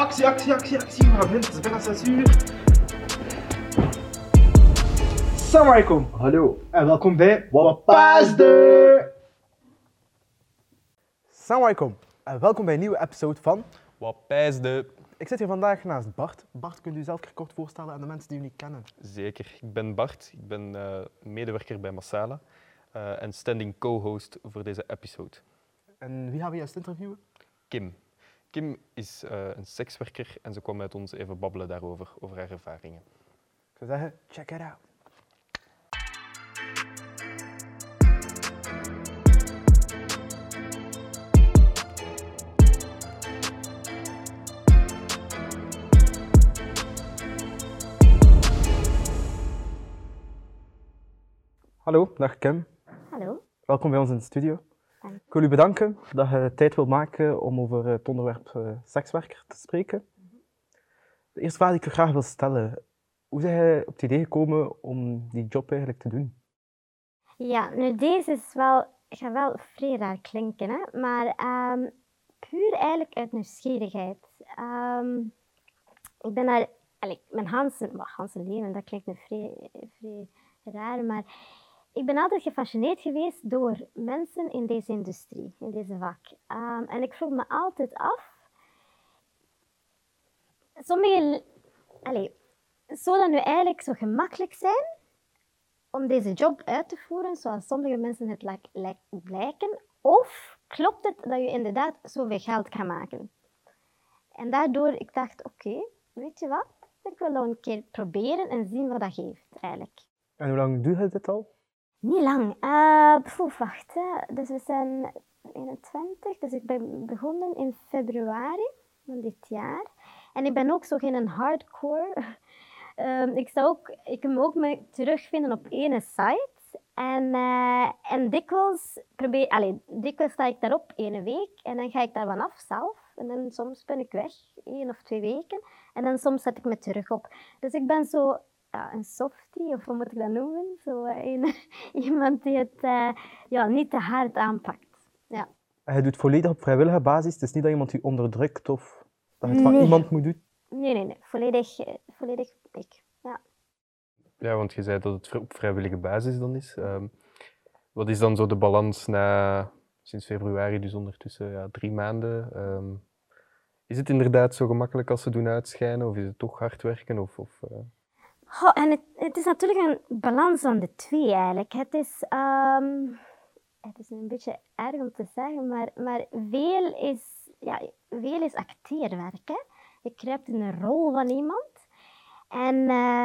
Actie, actie, actie, actie. We gaan beginnen. Het is bijna 6 uur. Assalamu alaikum. Hallo. En welkom bij Wapasde. Assalamu alaikum. En welkom bij een nieuwe episode van Wapijsde. Ik zit hier vandaag naast Bart. Bart, kunt u zelf kort voorstellen aan de mensen die u niet kennen? Zeker. Ik ben Bart. Ik ben medewerker bij Masala en standing co-host voor deze episode. En wie gaan we juist interviewen? Kim. Kim is een sekswerker en ze kwam met ons even babbelen daarover, over haar ervaringen. Ik zou zeggen, check it out. Hallo, dag Kim. Hallo. Welkom bij ons in de studio. Dank. Ik wil u bedanken dat je tijd wilt maken om over het onderwerp sekswerker te spreken. De eerste vraag die ik u graag wil stellen. Hoe ben je op het idee gekomen om die job eigenlijk te doen? Ja, nu deze is wel, gaat wel vrij raar klinken, hè? Maar puur eigenlijk uit nieuwsgierigheid. Ik ben daar, mijn Hanse leven, dat klinkt nu vrij raar, maar ik ben altijd gefascineerd geweest door mensen in deze industrie, in deze vak. En ik vroeg me altijd af, zou dat nu eigenlijk zo gemakkelijk zijn om deze job uit te voeren zoals sommige mensen het lijken? Of klopt het dat je inderdaad zoveel geld kan maken? En daardoor ik dacht, oké, weet je wat? Ik wil dat een keer proberen en zien wat dat geeft eigenlijk. En hoe lang doe je dit al? Niet lang. Wacht, hè. Dus we zijn 21, dus ik ben begonnen in februari van dit jaar. En ik ben ook zo geen hardcore. Ik kan me ook terugvinden op ene site. En dikwijls sta ik daarop 1 week en dan ga ik daar vanaf zelf. En dan soms ben ik weg, 1 of 2 weken. En dan soms zet ik me terug op. Dus ik ben zo een softie, of hoe moet ik dat noemen? Zo iemand die het niet te hard aanpakt. Ja. En je doet volledig op vrijwillige basis? Het is niet dat iemand je onderdrukt of dat je het van iemand moet doen? Nee. Volledig ik. Ja. Ja, want je zei dat het op vrijwillige basis dan is. Wat is dan zo de balans na, sinds februari, dus ondertussen 3 maanden? Is het inderdaad zo gemakkelijk als ze doen uitschijnen of is het toch hard werken? En het is natuurlijk een balans van de twee eigenlijk. Het is een beetje erg om te zeggen, maar veel is acteerwerk. Hè? Je kruipt in een rol van iemand. En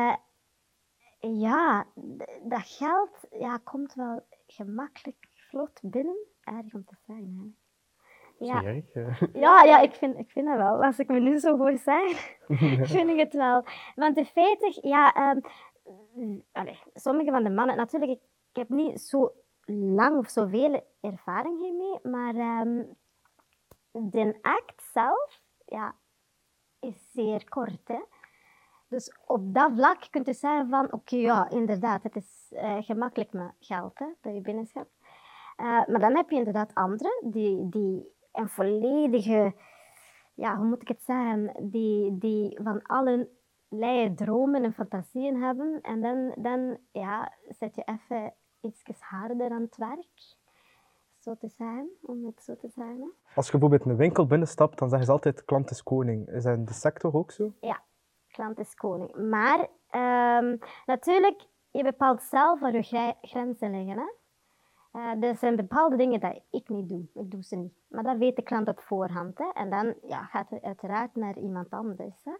dat geld komt wel gemakkelijk vlot binnen. Erg om te zeggen eigenlijk. Ja, ik vind dat wel. Als ik me nu zo hoor zeggen, vind ik het wel. Want in feite, sommige van de mannen, natuurlijk, ik heb niet zo lang of zoveel ervaring hiermee, maar de act zelf, is zeer kort, hè. Dus op dat vlak kun je zeggen van, inderdaad, het is gemakkelijk met geld, hè, dat je binnenschapt. Maar dan heb je inderdaad anderen die een volledige, hoe moet ik het zeggen, die van allerlei dromen en fantasieën hebben. En dan zet je even iets harder aan het werk, zo te zijn, om het zo te zeggen. Hè. Als je bijvoorbeeld een winkel binnenstapt, dan zeggen ze altijd klant is koning. Is dat in de sector ook zo? Ja, klant is koning. Maar natuurlijk, je bepaalt zelf waar je grenzen liggen. Hè? Er zijn bepaalde dingen die ik niet doe. Ik doe ze niet. Maar dat weet de klant op voorhand. Hè? En dan gaat het uiteraard naar iemand anders. Hè?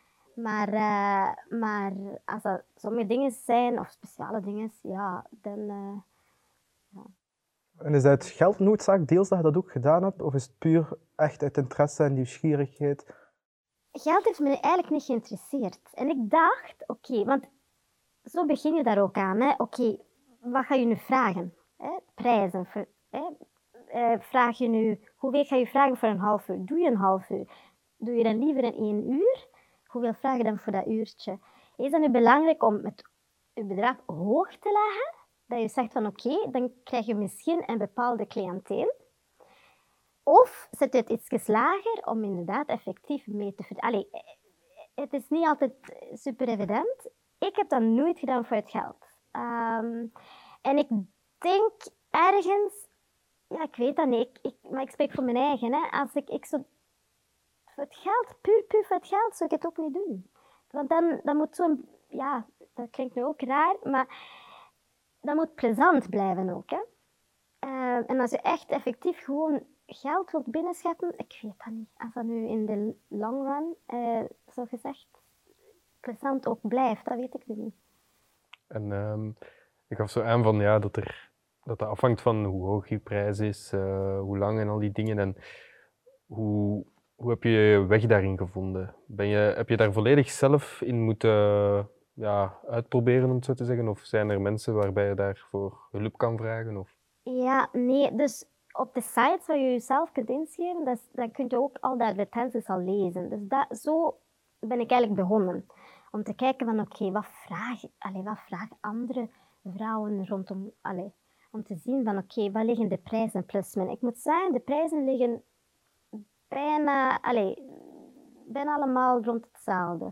Maar als dat sommige dingen zijn, of speciale dingen, dan... En is dat geldnoodzaak deels dat je dat ook gedaan hebt? Of is het puur echt uit interesse en nieuwsgierigheid? Geld heeft me eigenlijk niet geïnteresseerd. En ik dacht, want zo begin je daar ook aan. Wat ga je nu vragen? Prijzen. Vraag je nu, hoeveel ga je vragen voor een half uur? Doe je een half uur? Doe je dan liever in 1 uur? Hoeveel vraag je dan voor dat uurtje? Is het nu belangrijk om je bedrag hoog te leggen? Dat je zegt van dan krijg je misschien een bepaalde cliënteel. Of zet je het iets lager om inderdaad effectief mee te verdienen. Allee, het is niet altijd super evident. Ik heb dat nooit gedaan voor het geld. En ik denk ergens, ja, ik weet dat niet, maar ik spreek voor mijn eigen. Hè. Als ik zo voor het geld, puur voor het geld, zou ik het ook niet doen. Want dan moet zo'n, ja, dat klinkt nu ook raar, maar dat moet plezant blijven ook. Hè. En als je echt effectief gewoon geld wilt binnenscheppen, ik weet dat niet. Als dat nu in de long run, zo gezegd, plezant ook blijft, dat weet ik nu niet. En ik gaf zo aan van ja, dat afhangt van hoe hoog je prijs is, hoe lang en al die dingen. En hoe heb je je weg daarin gevonden? Heb je daar volledig zelf in moeten uitproberen, om het zo te zeggen? Of zijn er mensen waarbij je daarvoor hulp kan vragen? Of? Ja, nee, dus op de sites waar je jezelf kunt inschrijven, dan kun je ook al die advertenties al lezen. Dus zo ben ik eigenlijk begonnen. Om te kijken van oké, wat vragen andere vrouwen rondom, om te zien van oké, wat liggen de prijzen plus min. Ik moet zeggen, de prijzen liggen bijna allemaal rond hetzelfde.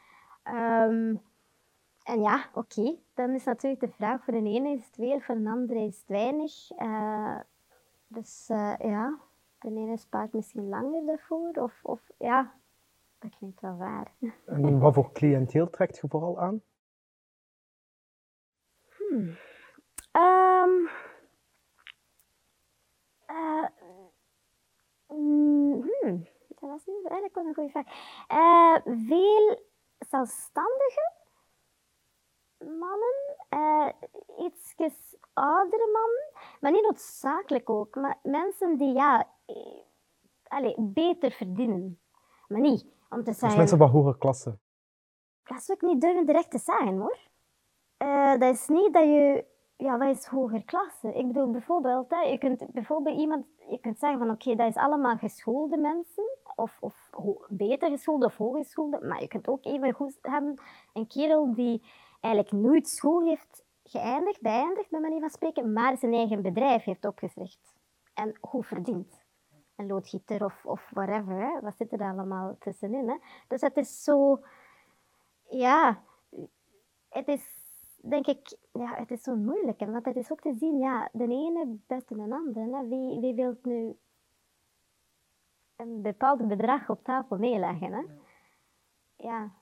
En ja, oké, dan is natuurlijk de vraag, voor de ene is het veel, voor de andere is het weinig. Dus ja, de ene spaart misschien langer daarvoor, of ja, dat klinkt wel waar. En wat voor cliënteel trekt je vooral aan? Dat was nu eigenlijk wel een goede vraag. Veel zelfstandige mannen, ietsjes oudere mannen, maar niet noodzakelijk ook, maar mensen die beter verdienen. Maar niet om te Dus zeggen... mensen van hogere klasse. Dat zou ik niet durven direct te zeggen, hoor. Dat is niet dat je... Ja, wat is hoger klasse? Ik bedoel bijvoorbeeld, je kunt zeggen van oké, dat is allemaal geschoolde mensen, of beter geschoolde of hooggeschoolde, maar je kunt ook even goed hebben een kerel die eigenlijk nooit school heeft beëindigd, bij manier van spreken, maar zijn eigen bedrijf heeft opgericht en goed verdient. Een loodgieter of whatever, hè. Wat zit er allemaal tussenin? Hè? Dus het is zo, ja, het is, denk ik, ja, het is zo moeilijk. Want het is ook te zien, ja, de ene buiten een andere. Hè. Wie wil nu een bepaald bedrag op tafel neerleggen? Hè? Ja.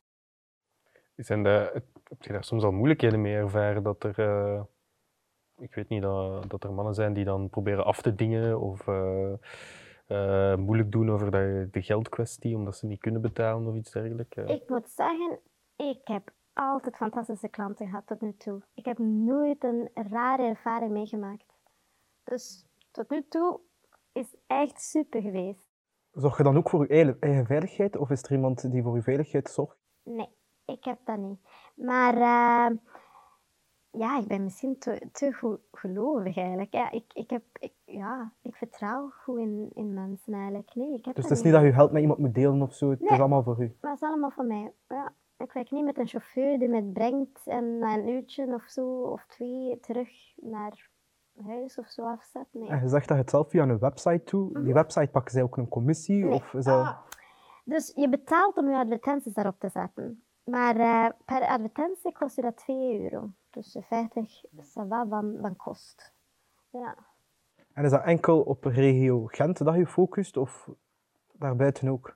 Heb je daar soms al moeilijkheden mee ervaren dat er, ik weet niet, dat er mannen zijn die dan proberen af te dingen of moeilijk doen over de geldkwestie omdat ze niet kunnen betalen of iets dergelijks? Ik moet zeggen, ik heb altijd fantastische klanten gehad tot nu toe. Ik heb nooit een rare ervaring meegemaakt. Dus tot nu toe is echt super geweest. Zorg je dan ook voor je eigen veiligheid of is er iemand die voor je veiligheid zorgt? Nee, ik heb dat niet. Maar ja, ik ben misschien te gelovig eigenlijk. Ja, ik vertrouw goed in mensen eigenlijk. Nee, ik heb Dus dat het is niet dat je geld met iemand moet delen of zo, het is allemaal voor u. Maar het is allemaal voor mij. Ja. Ik werk niet met een chauffeur die me brengt en na een uurtje of zo, of 2, terug naar huis of zo afzet. Nee. En je zegt dat je het zelf via een website doet. Die website pakken zij ook een commissie? Nee. Of is dat... Dus je betaalt om je advertenties daarop te zetten. Maar per advertentie kost je dat €2. Dus 50 ça va van kost. Ja. En is dat enkel op regio Gent dat je focust of daarbuiten ook?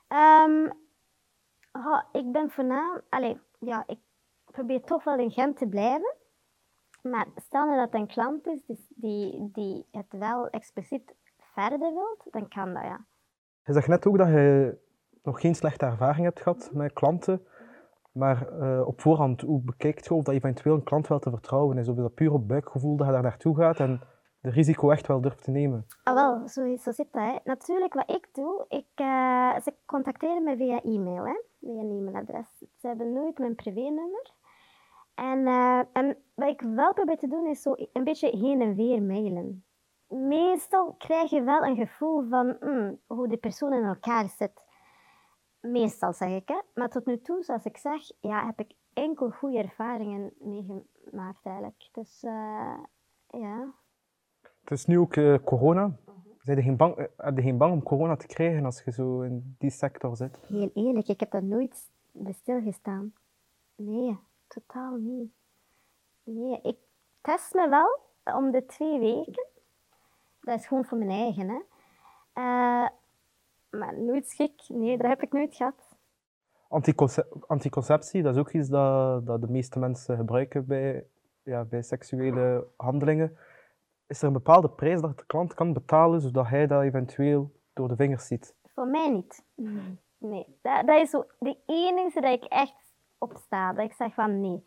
Ik ben ik probeer toch wel in Gent te blijven. Maar stel nu dat een klant is die het wel expliciet verder wilt, dan kan dat, ja. Je zegt net ook dat je nog geen slechte ervaring hebt gehad met klanten. Maar op voorhand, hoe bekijkt je of dat eventueel een klant wel te vertrouwen is? Of is dat puur op buikgevoel dat je daar naartoe gaat en de risico echt wel durft te nemen? Wel, zo zit dat. Hè. Natuurlijk, wat ik doe, ze contacteren me via e-mail, hè, via een e-mailadres. Ze hebben nooit mijn privé-nummer. En wat ik wel probeer te doen, is zo een beetje heen en weer mailen. Meestal krijg je wel een gevoel van hoe de persoon in elkaar zit. Meestal, zeg ik, hè. Maar tot nu toe, zoals ik zeg, ja, heb ik enkel goede ervaringen meegemaakt eigenlijk. Dus ja. Het is nu ook corona. Heb je geen bang om corona te krijgen als je zo in die sector zit? Heel eerlijk, ik heb daar nooit bij stilgestaan. Nee, totaal niet. Nee, ik test me wel om de 2 weken. Dat is gewoon voor mijn eigen, hè. Maar nooit schrik, nee, dat heb ik nooit gehad. Anticonceptie, dat is ook iets dat de meeste mensen gebruiken bij seksuele handelingen. Is er een bepaalde prijs dat de klant kan betalen, zodat hij dat eventueel door de vingers ziet? Voor mij niet. Nee, dat is zo de enige dat ik echt op sta. Dat ik zeg van nee.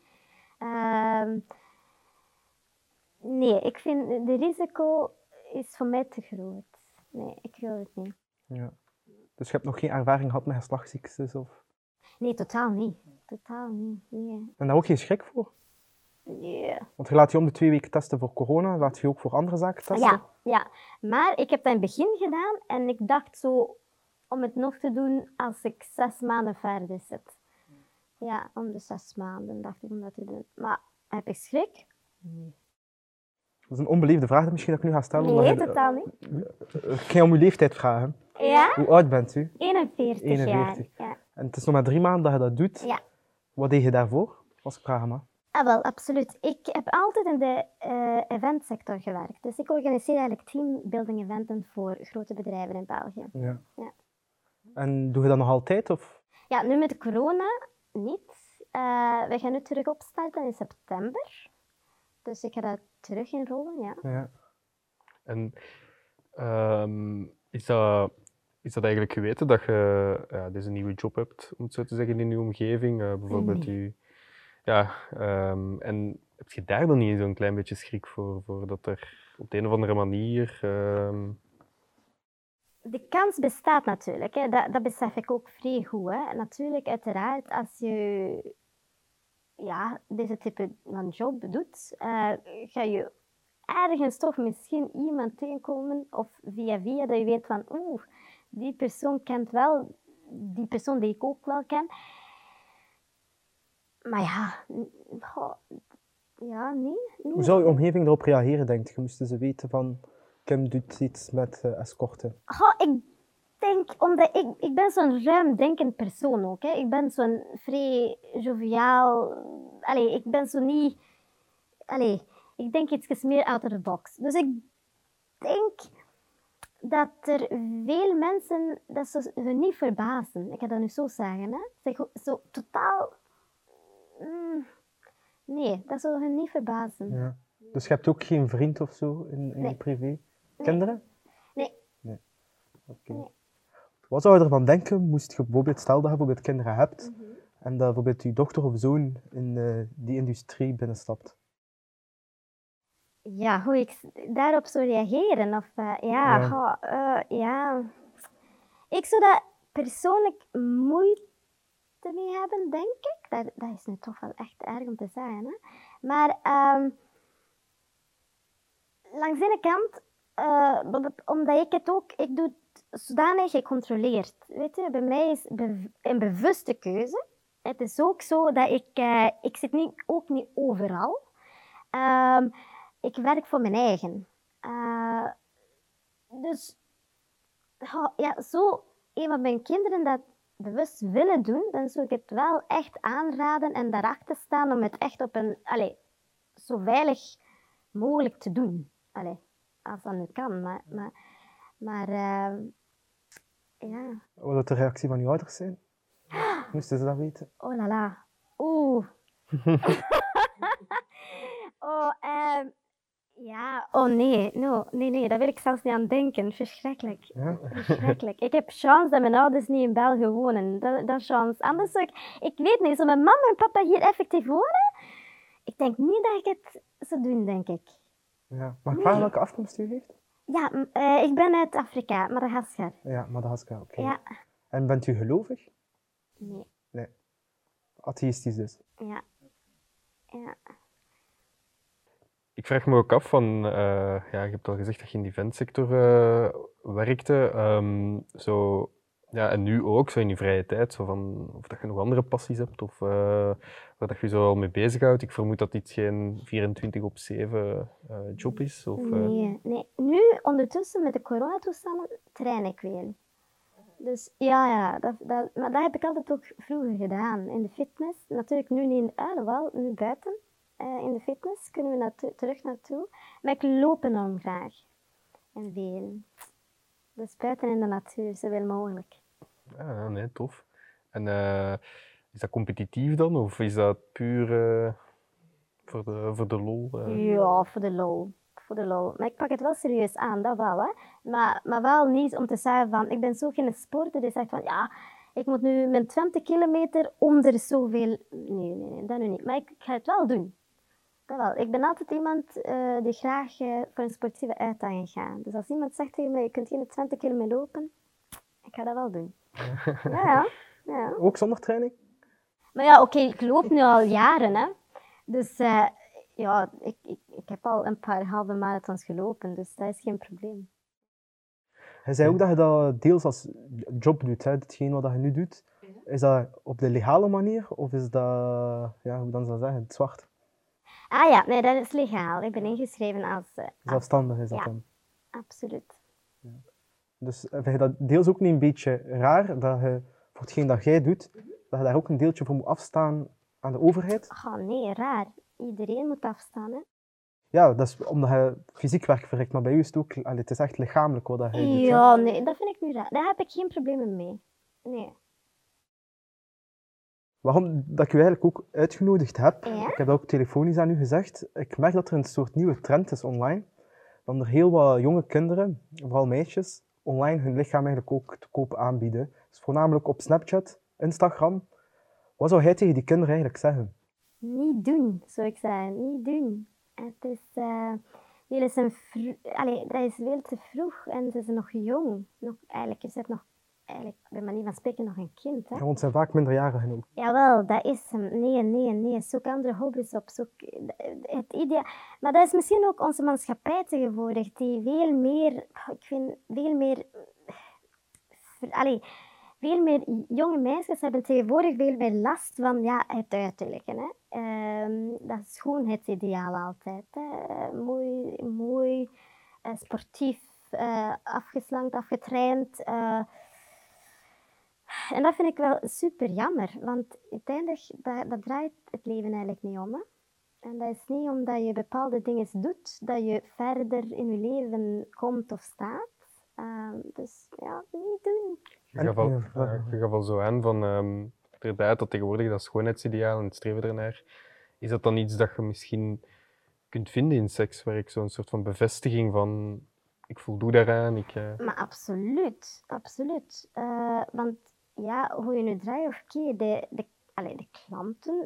Nee, ik vind de risico is voor mij te groot. Nee, ik wil het niet. Ja. Dus je hebt nog geen ervaring gehad met geslachtsziektes? Of... Nee, totaal niet. Totaal niet. Nee. En daar ook geen schrik voor? Nee. Want je laat je om de 2 weken testen voor corona, laat je ook voor andere zaken testen? Ja. Maar ik heb dat in het begin gedaan en ik dacht zo om het nog te doen als ik 6 maanden verder zit. Ja, om de 6 maanden dacht ik om dat te doen. Maar heb ik schrik? Nee. Dat is een onbeleefde vraag misschien dat ik nu ga stellen. Nee, totaal niet. Ik ga om uw leeftijd vragen. Ja? Hoe oud bent u? 41 jaar. 41. Ja. En het is nog maar 3 maanden dat je dat doet. Ja. Wat deed je daarvoor, als ik vragen mag? Ah, wel, absoluut. Ik heb altijd in de eventsector gewerkt. Dus ik organiseer eigenlijk teambuilding eventen voor grote bedrijven in België. Ja. Ja. En doe je dat nog altijd? Of? Ja, nu met corona niet. We gaan nu terug opstarten in september. Dus ik ga dat terug inrollen, ja. Ja. En is dat eigenlijk geweten dat je deze nieuwe job hebt, om het zo te zeggen, in je omgeving? Bijvoorbeeld Nee. en heb je daar dan niet zo'n klein beetje schrik voor dat er op de een of andere manier... De kans bestaat natuurlijk, hè. Dat besef ik ook vrij goed. Hè. Natuurlijk, uiteraard, als je deze type van job doet, ga je ergens toch misschien iemand tegenkomen of via dat je weet van die persoon kent wel die persoon die ik ook wel ken. Maar nee. Hoe zou je omgeving erop reageren, denk je? Moesten ze weten van Kim doet iets met escorten? Ik denk, omdat ik ben zo'n ruimdenkend persoon ook. Hè. Ik ben zo'n vrij joviaal... ik ben zo niet... ik denk iets meer out of the box. Dus ik denk dat er veel mensen dat ze hun niet verbazen. Ik ga dat nu zo zeggen. Hè. Zo totaal... nee, dat zou hun niet verbazen. Ja. Dus je hebt ook geen vriend of zo in je privé? Kinderen? Nee. Oké. Nee. Wat zou je ervan denken, moest je bijvoorbeeld, stel dat je bijvoorbeeld kinderen hebt, en dat bijvoorbeeld je dochter of zoon in die industrie binnenstapt? Ja, hoe ik daarop zou reageren? Of, ik zou daar persoonlijk moeite mee hebben, denk ik. Dat is nu toch wel echt erg om te zeggen. Hè? Maar langs de ene kant, omdat ik het ook, ik doe het zodanig gecontroleerd. Weet je, bij mij is een bewuste keuze. Het is ook zo dat ik zit ook niet overal. Ik werk voor mijn eigen. Dus zo een van mijn kinderen dat bewust willen doen, dan zou ik het wel echt aanraden en daarachter staan om het echt op een, zo veilig mogelijk te doen. Als dat nu kan, maar ja. Wat zou de reactie van je ouders zijn? Moesten ze dat weten? Oh la la. Oeh. Nee, daar wil ik zelfs niet aan denken. Verschrikkelijk. Ja? Verschrikkelijk. Ik heb chance dat mijn ouders niet in België wonen. Dat is chance. Anders zou ik weet niet, zou mijn mama en papa hier effectief wonen? Ik denk niet dat ik het zou doen, denk ik. Ja. Mag ik vragen welke afkomst u heeft? Ja, ik ben uit Afrika, Madagaskar. Ja, Madagaskar, oké. Ja. En bent u gelovig? Nee. Nee. Atheïstisch dus? Ja. Ik vraag me ook af van, je hebt al gezegd dat je in de eventsector werkte. Ja, en nu ook, zo in je vrije tijd, zo van, of dat je nog andere passies hebt, of waar dat je zo al mee bezighoudt. Ik vermoed dat dit geen 24/7 job is. Of, Nee. Nu, ondertussen, met de coronatoestanden, train ik weer. Dus ja, maar dat heb ik altijd ook vroeger gedaan, in de fitness. Natuurlijk nu niet in de wel, nu buiten. In de fitness kunnen we terug naartoe. Maar ik loop enorm graag. En veel. Dus buiten in de natuur, zoveel mogelijk. ja, nee, tof. En is dat competitief dan, of is dat puur voor de lol? Ja, voor de lol. Voor de lol. Maar ik pak het wel serieus aan, dat wel. Hè. Maar wel niet om te zeggen van, ik ben zo geen sporter die zegt van, ja, ik moet nu mijn 20 kilometer onder zoveel... Nee, dat nu niet. Maar ik ga het wel doen. Dat wel. Ik ben altijd iemand die graag voor een sportieve uitdaging gaat. Dus als iemand zegt tegen mij, je kunt geen 20 kilometer lopen, ik ga dat wel doen. Ja. Ook zonder training? Maar ja, oké, ik loop nu al jaren, hè. Dus ja, ik heb al een paar halve marathons gelopen, dus dat is geen probleem. Hij zei ook dat je dat deels als job doet, hè, hetgeen wat je nu doet. Is dat op de legale manier of is dat, ja, hoe dan zou zeggen, het zwart? Ah ja, nee, dat is legaal. Ik ben ingeschreven als... Zelfstandig is dat ja. dan? Absoluut. Dus vind je dat deels ook niet een beetje raar, dat je voor hetgeen dat jij doet, dat je daar ook een deeltje voor moet afstaan aan de overheid? Oh nee, raar. Iedereen moet afstaan, hè. Ja, dat is omdat je fysiek werk verricht, maar bij u is het ook, het is echt lichamelijk wat dat je doet. Hè? Ja, nee, dat vind ik nu raar. Daar heb ik geen problemen mee. Nee. Waarom dat ik u eigenlijk ook uitgenodigd heb, Ja? ik heb dat ook telefonisch aan u gezegd, ik merk dat er een soort nieuwe trend is online, dat er heel wat jonge kinderen, vooral meisjes, online hun lichaam eigenlijk ook te koop aanbieden. Dus voornamelijk op Snapchat, Instagram. Wat zou hij tegen die kinderen eigenlijk zeggen? Niet doen, zou ik zeggen. Niet doen. Het is... dat is veel te vroeg en ze zijn nog jong. Je zit nog, bij manier van spreken, nog een kind, hè. Ja, want het zijn vaak minderjarigen ook. Jawel, dat is hem. Nee. Zoek andere hobby's op. Maar dat is misschien ook onze maatschappij tegenwoordig, die veel meer, veel meer jonge meisjes hebben tegenwoordig veel meer last van het uiterlijke. Hè. Dat schoonheidsideaal altijd. Hè. Mooi, sportief, afgeslankt, afgetraind. En dat vind ik wel super jammer, want uiteindelijk dat draait het leven eigenlijk niet om. Hè? En dat is niet omdat je bepaalde dingen doet, dat je verder in je leven komt of staat. Dus ja, niet doen. Je gaf al zo aan van inderdaad dat tegenwoordig dat schoonheidsideaal en het streven ernaar. Is dat dan iets dat je misschien kunt vinden in sekswerk? Zo'n soort van bevestiging van ik voldoe daaraan. Maar absoluut. Want ja, hoe je nu draait of keer, de klanten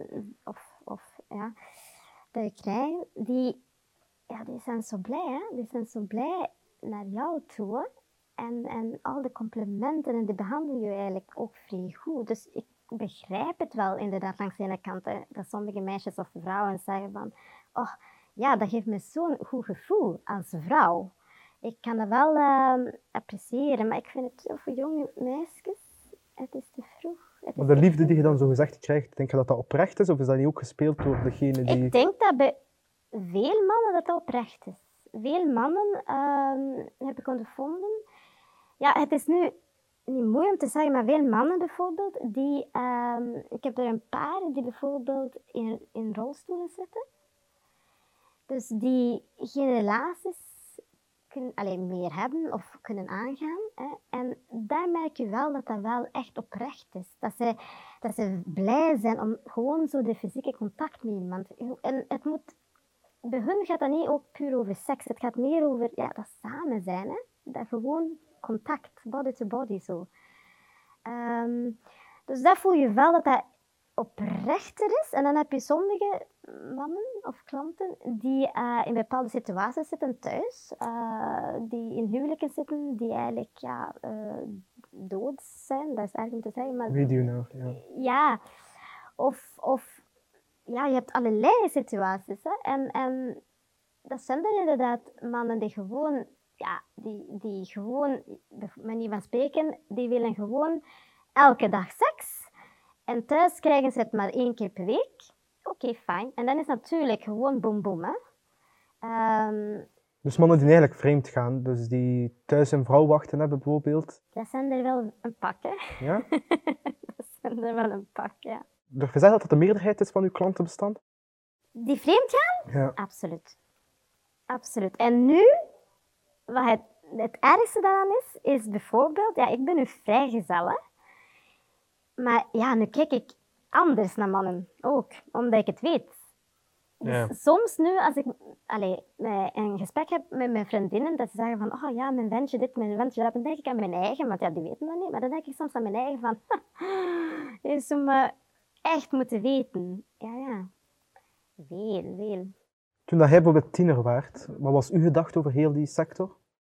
die je krijgt, die zijn zo blij, hè? Die zijn zo blij naar jou toe. Hè? En al de complimenten en die behandelen je eigenlijk ook vrij goed. Dus ik begrijp het wel inderdaad langs de ene kant, hè, dat sommige meisjes of vrouwen zeggen van, oh ja, dat geeft me zo'n goed gevoel als vrouw. Ik kan dat wel appreciëren, maar ik vind het voor jonge meisjes, het is te vroeg. Maar de liefde die je dan zo gezegd krijgt, denk je dat dat oprecht is of is dat niet ook gespeeld door degene die... Ik denk dat bij veel mannen dat oprecht is. Veel mannen heb ik ondervonden. Ja, het is nu niet mooi om te zeggen, maar veel mannen bijvoorbeeld, ik heb er een paar die bijvoorbeeld in rolstoelen zitten. Dus die geen relaties meer hebben of kunnen aangaan. Hè. En daar merk je wel dat dat wel echt oprecht is. Dat ze blij zijn om gewoon zo de fysieke contact met iemand. En het moet, bij hun gaat dat niet ook puur over seks. Het gaat meer over dat samen zijn. Hè. Dat gewoon contact, body to body zo. Dus dat voel je wel dat dat oprechter is. En dan heb je sommige mannen of klanten die in bepaalde situaties zitten thuis, die in huwelijken zitten, die eigenlijk dood zijn, dat is erg om te zeggen. Maar, Weet je nou? Ja. Ja, of je hebt allerlei situaties. Hè? En dat zijn er inderdaad mannen die gewoon ja, die gewoon, bij manier van spreken, die willen gewoon elke dag seks. En thuis krijgen ze het maar 1 keer per week. Oké, fijn. En dan is het natuurlijk gewoon boem boem, hè. Dus mannen die eigenlijk vreemd gaan, dus die thuis een vrouw wachten hebben bijvoorbeeld. Dat zijn er wel een pak, hè. Ja? Dat zijn er wel een pak, ja. Durf je zeggen dat dat de meerderheid is van uw klantenbestand? Die vreemd gaan? Ja. Absoluut. Absoluut. En nu, wat het ergste daaraan is bijvoorbeeld, ja, ik ben nu vrijgezel, hè. Maar ja, nu kijk ik anders naar mannen ook, omdat ik het weet. Dus Ja. soms nu, als ik een gesprek heb met mijn vriendinnen, dat ze zeggen van, oh ja, mijn ventje dit, mijn ventje dat, dan denk ik aan mijn eigen, want ja, die weten dat niet, maar dan denk ik soms aan mijn eigen van, je zou me echt moeten weten. Ja. Veel. Toen dat jij bijvoorbeeld tiener werd, wat was uw gedachte over heel die sector?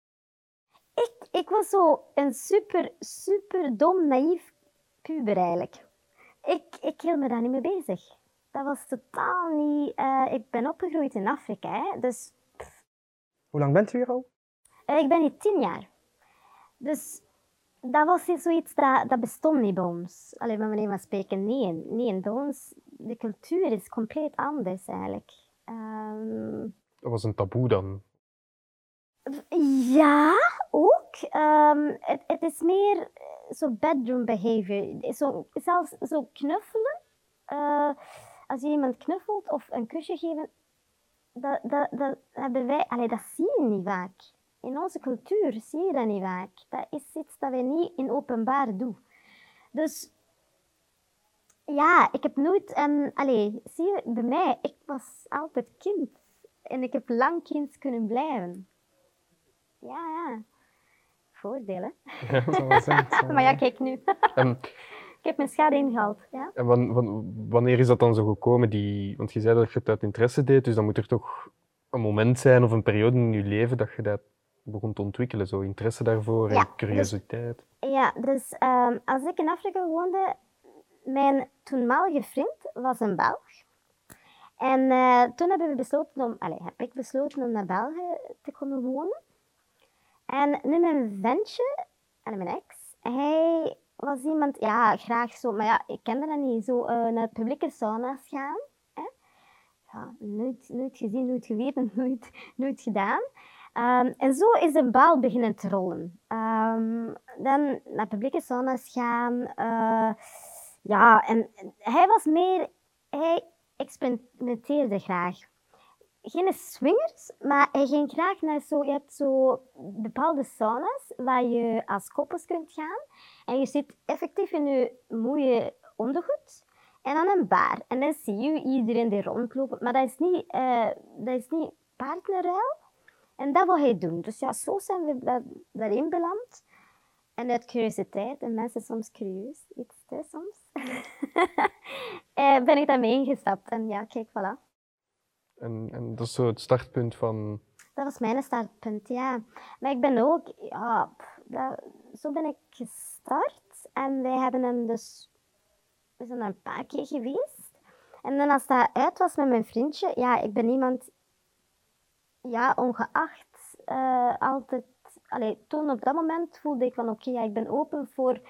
Ik was zo een super dom, naïef puber eigenlijk. Ik hield me daar niet mee bezig. Dat was totaal niet... ik ben opgegroeid in Afrika, hè, dus Hoe lang bent u hier al? ik ben hier 10 jaar. Dus dat was niet zoiets dat bestond niet bij ons. Allee, bij manier van spreken, nee. Bij ons, de cultuur is compleet anders eigenlijk. Dat was een taboe dan. Ja, ook. Het is meer zo bedroom behavior. Zelfs zo knuffelen. Als je iemand knuffelt of een kusje geven, dat hebben wij, dat zie je niet vaak. In onze cultuur zie je dat niet vaak. Dat is iets dat wij niet in openbaar doen. Dus ja, ik heb nooit... zie je, bij mij, ik was altijd kind. En ik heb lang kind kunnen blijven. Ja. Voordelen. Ja, dat zal wel zijn, dat zal wel Maar ja, zijn. kijk nu. En, Ik heb mijn schade ingehaald. Ja? en wanneer is dat dan zo gekomen? Want je zei dat je het uit interesse deed, dus dan moet er toch een moment zijn of een periode in je leven dat je dat begon te ontwikkelen. Zo interesse daarvoor Ja, en curiositeit. Ja, dus als ik in Afrika woonde, mijn toenmalige vriend was een Belg. En toen heb ik besloten om naar België te komen wonen. En nu mijn ventje, mijn ex, hij was iemand, ja, graag zo, maar ja, ik kende dat niet, zo naar publieke sauna's gaan. Hè? Ja, nooit gezien, nooit geweten, nooit gedaan. En zo is de bal beginnen te rollen. Dan naar publieke sauna's gaan. Ja, en hij experimenteerde graag. Geen swingers, maar hij ging graag naar je hebt zo bepaalde sauna's waar je als koppels kunt gaan. En je zit effectief in je mooie ondergoed en aan een bar. En dan zie je iedereen die rondlopen, maar dat is niet partnerruil. En dat wil hij doen. Dus ja, zo zijn we daarin beland. En uit curiositeit, en mensen soms curieus, iets te soms, ben ik daarmee ingestapt. En ja, kijk, voilà. En dat is zo het startpunt van... Dat was mijn startpunt, ja. Maar ik ben ook, zo ben ik gestart. En wij hebben we zijn er een paar keer geweest. En dan als dat uit was met mijn vriendje, ja, ik ben iemand, ja, ongeacht, altijd, toen op dat moment voelde ik van oké, ja, ik ben open voor,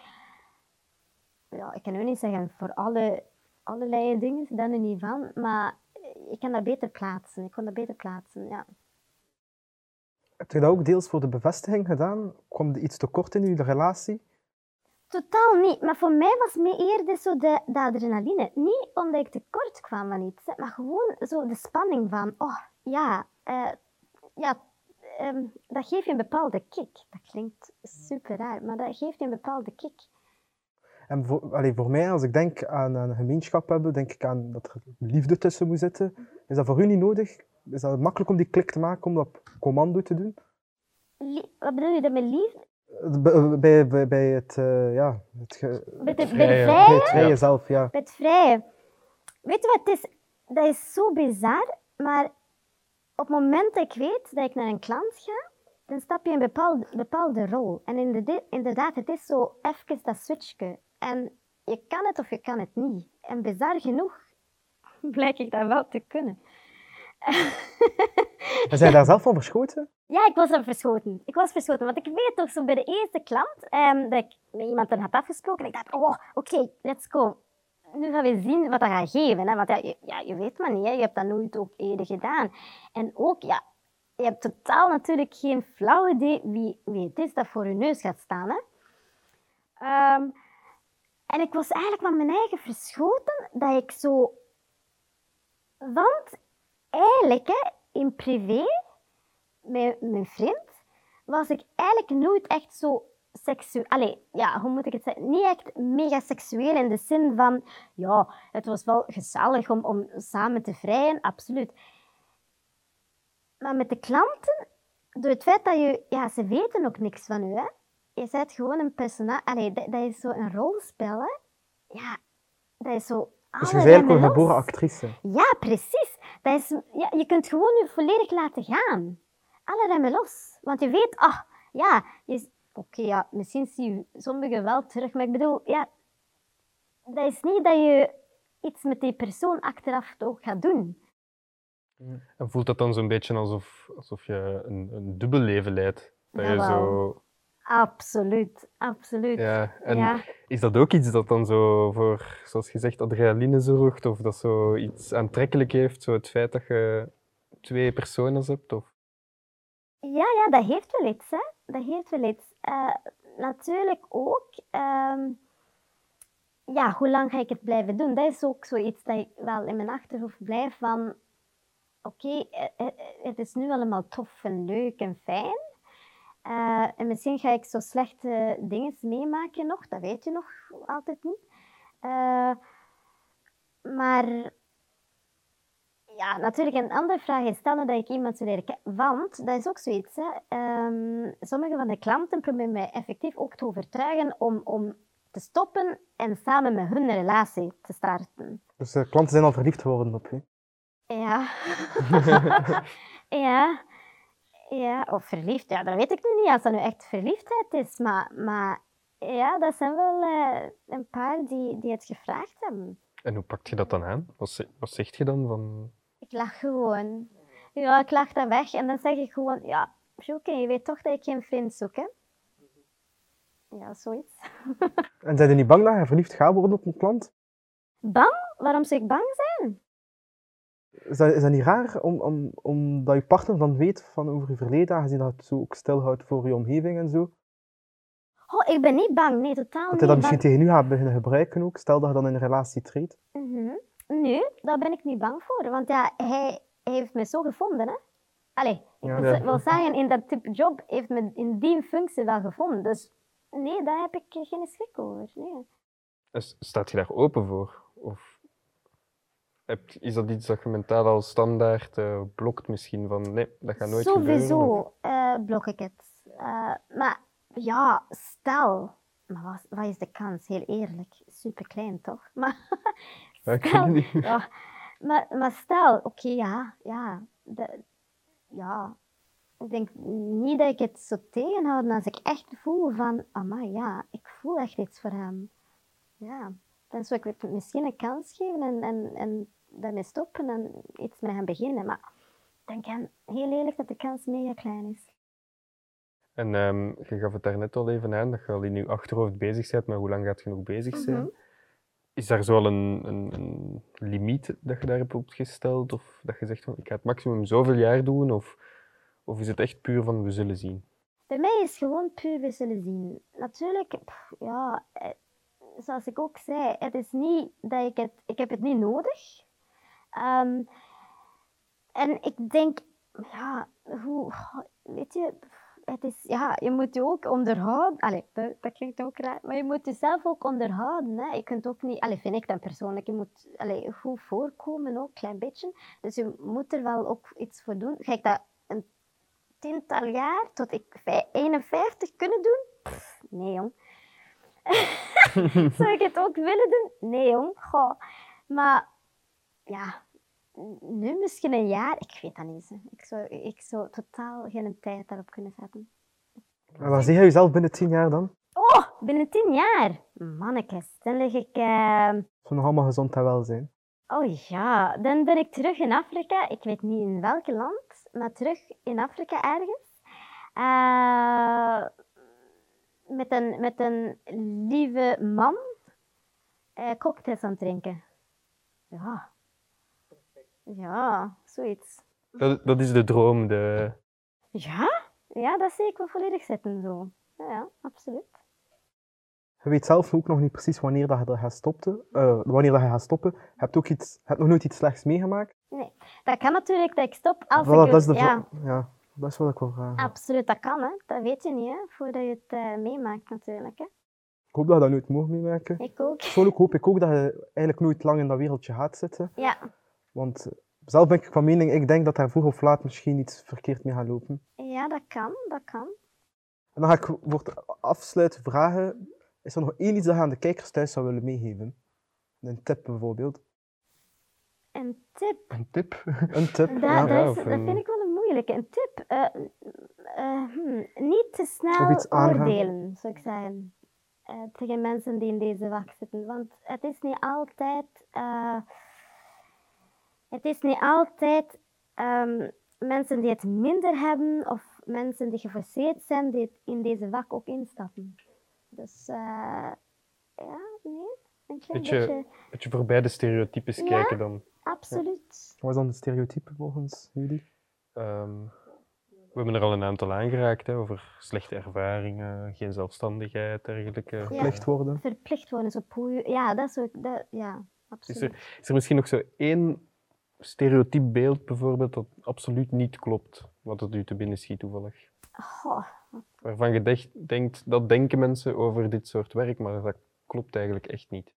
ja, ik kan nu niet zeggen voor allerlei dingen, daar nu niet van, maar ik kan dat beter plaatsen. Ik kon dat beter plaatsen, ja. Heb je dat ook deels voor de bevestiging gedaan? Kwam er iets tekort in uw relatie? Totaal niet, maar voor mij was meer eerder zo de adrenaline. Niet omdat ik tekort kwam van iets, maar gewoon zo de spanning van, oh ja, dat geeft je een bepaalde kick. Dat klinkt super raar, maar dat geeft je een bepaalde kick. En voor mij, als ik denk aan een gemeenschap hebben, denk ik aan dat er liefde tussen moet zitten. Is dat voor u niet nodig? Is dat makkelijk om die klik te maken, om dat op commando te doen? Wat bedoel je daarmet liefde? Bij het, Bij de vrije. bij vrije? het vrije zelf, ja. Bij het vrije. Weet je wat het is? Dat is zo bizar, maar op het moment dat ik weet dat ik naar een klant ga, dan stap je in een bepaalde rol. En inderdaad, het is zo even dat switchje. En je kan het of je kan het niet. En bizar genoeg blijk ik dat wel te kunnen. En zijn je daar zelf van verschoten? Ja, ik was er verschoten. Ik was verschoten, want ik weet toch zo bij de eerste klant dat ik met iemand dan had afgesproken. En ik dacht, oh, oké, let's go. Nu gaan we zien wat dat gaat geven. Hè? Want je weet maar niet, hè? Je hebt dat nooit ook eerder gedaan. En ook, ja, je hebt totaal natuurlijk geen flauw idee wie het is dat voor je neus gaat staan. Hè? En ik was eigenlijk van mijn eigen verschoten dat ik zo... Want eigenlijk, hè, in privé, met mijn vriend, was ik eigenlijk nooit echt zo seksueel... Allee, ja, hoe moet ik het zeggen? Niet echt mega seksueel in de zin van... Ja, het was wel gezellig om samen te vrijen, absoluut. Maar met de klanten, door het feit dat je... Ja, ze weten ook niks van u, hè. Je bent gewoon een personage... Allee, dat is zo een rolspel, hè. Ja, dat is zo... Dus je bent eigenlijk een geboren actrice. Ja, precies. Dat is, ja, je kunt gewoon je volledig laten gaan. Alle remmen los. Want je weet, ja, oké, ja, misschien zie je sommigen wel terug, maar ik bedoel, ja, dat is niet dat je iets met die persoon achteraf ook gaat doen. En voelt dat dan zo'n beetje alsof je een dubbel leven leidt? Dat je zo... Absoluut, absoluut. Ja, en Ja. is dat ook iets dat dan zo voor, zoals je zegt, adrenaline zorgt? Of dat zo iets aantrekkelijk heeft, zo het feit dat je twee personen hebt? Of... Ja, dat heeft wel iets, hè. Dat heeft wel iets. Natuurlijk ook, ja, hoe lang ga ik het blijven doen? Dat is ook zoiets dat ik wel in mijn achterhoofd blijf van... Oké, het is nu allemaal tof en leuk en fijn. En misschien ga ik zo slechte dingen meemaken nog, dat weet je nog altijd niet. Maar ja, natuurlijk een andere vraag is, stel nou dat ik iemand zou leren kennen. Want, dat is ook zoiets, hè. Sommige van de klanten proberen mij effectief ook te overtuigen om te stoppen en samen met hun een relatie te starten. Dus de klanten zijn al verliefd geworden op je? Ja. Ja, of verliefd, ja, dat weet ik nu niet als dat nu echt verliefdheid is. Maar ja, dat zijn wel een paar die het gevraagd hebben. En hoe pak je dat dan aan? Wat zeg je dan van... Ik lach gewoon. Ja, ik lach dat weg en dan zeg ik gewoon, ja, Sjoeke, je weet toch dat ik geen vriend zoek, hè? Ja, zoiets. En zijn je niet bang dat je verliefd gaat worden op een klant? Bang? Waarom zou ik bang zijn? Is dat niet raar, omdat je partner dan weet van over je verleden, aangezien dat het zo ook stilhoudt voor je omgeving en zo? Oh, ik ben niet bang. Nee, totaal Dat niet hij dat misschien bang. tegen u gaat beginnen gebruiken ook, stel dat je dan in een relatie treedt. Nee, daar ben ik niet bang voor. Want ja, hij heeft me zo gevonden, hè. Allee, ik wil zeggen, in dat type job heeft me in die functie wel gevonden. Dus nee, daar heb ik geen schrik over. Nee. Staat je daar open voor? Of is dat iets dat je mentaal al standaard blokt misschien? Van nee, dat gaat nooit gebeuren? Sowieso blok ik het. Maar ja, stel... Maar wat is de kans? Heel eerlijk. Super klein, toch? Maar Ja, ik weet het niet. ja, maar stel, oké, ja. Ik denk niet dat ik het zo tegenhoud als ik echt voel van, amai, ja, ik voel echt iets voor hem. Ja, dan zou ik het misschien een kans geven en daarmee stoppen en iets met hem beginnen. Maar ik denk heel eerlijk dat de kans mega klein is. En je gaf het daarnet al even aan, dat je al in je achterhoofd bezig bent, maar hoe lang gaat je nog bezig zijn? Is daar zo al een limiet dat je daar hebt opgesteld? Of dat je zegt van, ik ga het maximum zoveel jaar doen? Of is het echt puur van, we zullen zien? Bij mij is het gewoon puur we zullen zien. Natuurlijk, ja, zoals ik ook zei, het is niet dat ik heb het niet nodig. En ik denk, ja, weet je, het is, ja, je moet je ook onderhouden. Allee, dat klinkt ook raar, maar je moet jezelf ook onderhouden. Hè. Je kunt ook niet, vind ik dan persoonlijk, je moet goed voorkomen ook, een klein beetje. Dus je moet er wel ook iets voor doen. Ga ik dat een 10-tal jaar tot ik 51 kunnen doen? Pff, nee, jong. Zou ik het ook willen doen? Nee, jong. Goh. Maar ja, nu misschien een jaar, ik weet dat niet. Ik zou totaal geen tijd daarop kunnen zetten. En waar zie je jezelf binnen 10 jaar dan? Oh, binnen 10 jaar? Mannekes, dan lig ik... Zo nog allemaal gezond en welzijn. Oh ja, dan ben ik terug in Afrika. Ik weet niet in welk land, maar terug in Afrika ergens. Met een lieve man cocktails aan het drinken. Ja. Ja, zoiets. Dat is de droom. Ja, dat zie ik wel volledig zitten zo. Ja, absoluut. Je weet zelf ook nog niet precies wanneer dat je er gaat stoppen. Wanneer dat je gaat stoppen. Je hebt nog nooit iets slechts meegemaakt. Nee, dat kan natuurlijk dat ik stop als Voilà, ik... dat is de ja, ja, dat is wat ik wil vragen. absoluut, dat kan hè. Dat weet je niet hè, voordat je het meemaakt natuurlijk hè. Ik hoop dat je dat nooit mag meemaken. Ik ook. Persoonlijk hoop ik ook dat je eigenlijk nooit lang in dat wereldje gaat zitten. Ja, Want zelf ben ik van mening, ik denk dat daar vroeg of laat misschien iets verkeerd mee gaat lopen. ja, dat kan, dat kan. En dan ga ik voor het afsluiten vragen, is er nog één iets dat je aan de kijkers thuis zou willen meegeven? Een tip bijvoorbeeld. Een tip. Een tip? Een tip, Dat, ja. dat, of dat een- vind ik wel een moeilijke. Een tip. Niet te Of snel iets aangaan. oordelen, zou ik zeggen. Tegen mensen die in deze vak zitten. Want het is niet altijd... mensen die het minder hebben of mensen die geforceerd zijn, die in deze vak ook instappen. Dus ja, nee, een klein beetje... beetje voorbij de stereotypes Ja. kijken dan. Absoluut. Wat is dan de stereotype volgens jullie? We hebben er al een aantal aangeraakt, hè, over slechte ervaringen, geen zelfstandigheid, dergelijke. Ja. Verplicht worden? Verplicht worden, zo poeien. Ja, dat is ook... ja, Is absoluut. is er misschien nog zo één stereotyp beeld bijvoorbeeld dat absoluut niet klopt, wat het u te binnen schiet toevallig? Goh, Waarvan je denkt, dat denken mensen over dit soort werk, maar dat klopt eigenlijk echt niet.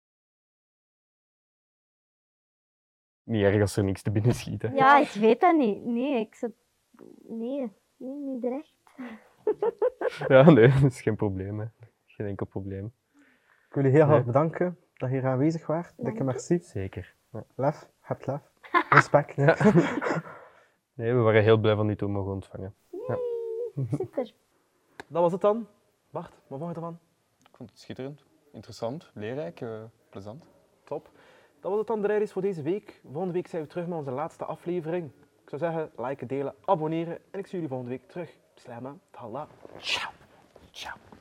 Niet erg als er niks te binnen schiet, hè. ja, ik weet dat niet. Nee, nee, niet direct. Ja, nee, dat is geen probleem, hè. Geen enkel probleem. Ik wil je heel Nee. hard bedanken dat je hier aanwezig was. Dikke Dank je. merci. Zeker. Ja. Lef, hebt lef. Respect. Ja. Nee, we waren heel blij van u te mogen ontvangen. Super. Dat was het dan. Bart, wat vond je ervan? Ik vond het schitterend, interessant, leerrijk, plezant. Top. Dat was het dan, de reis voor deze week. Volgende week zijn we terug met onze laatste aflevering. Ik zou zeggen, liken, delen, abonneren. En ik zie jullie volgende week terug. Slijmen, talla. Ciao. Ciao.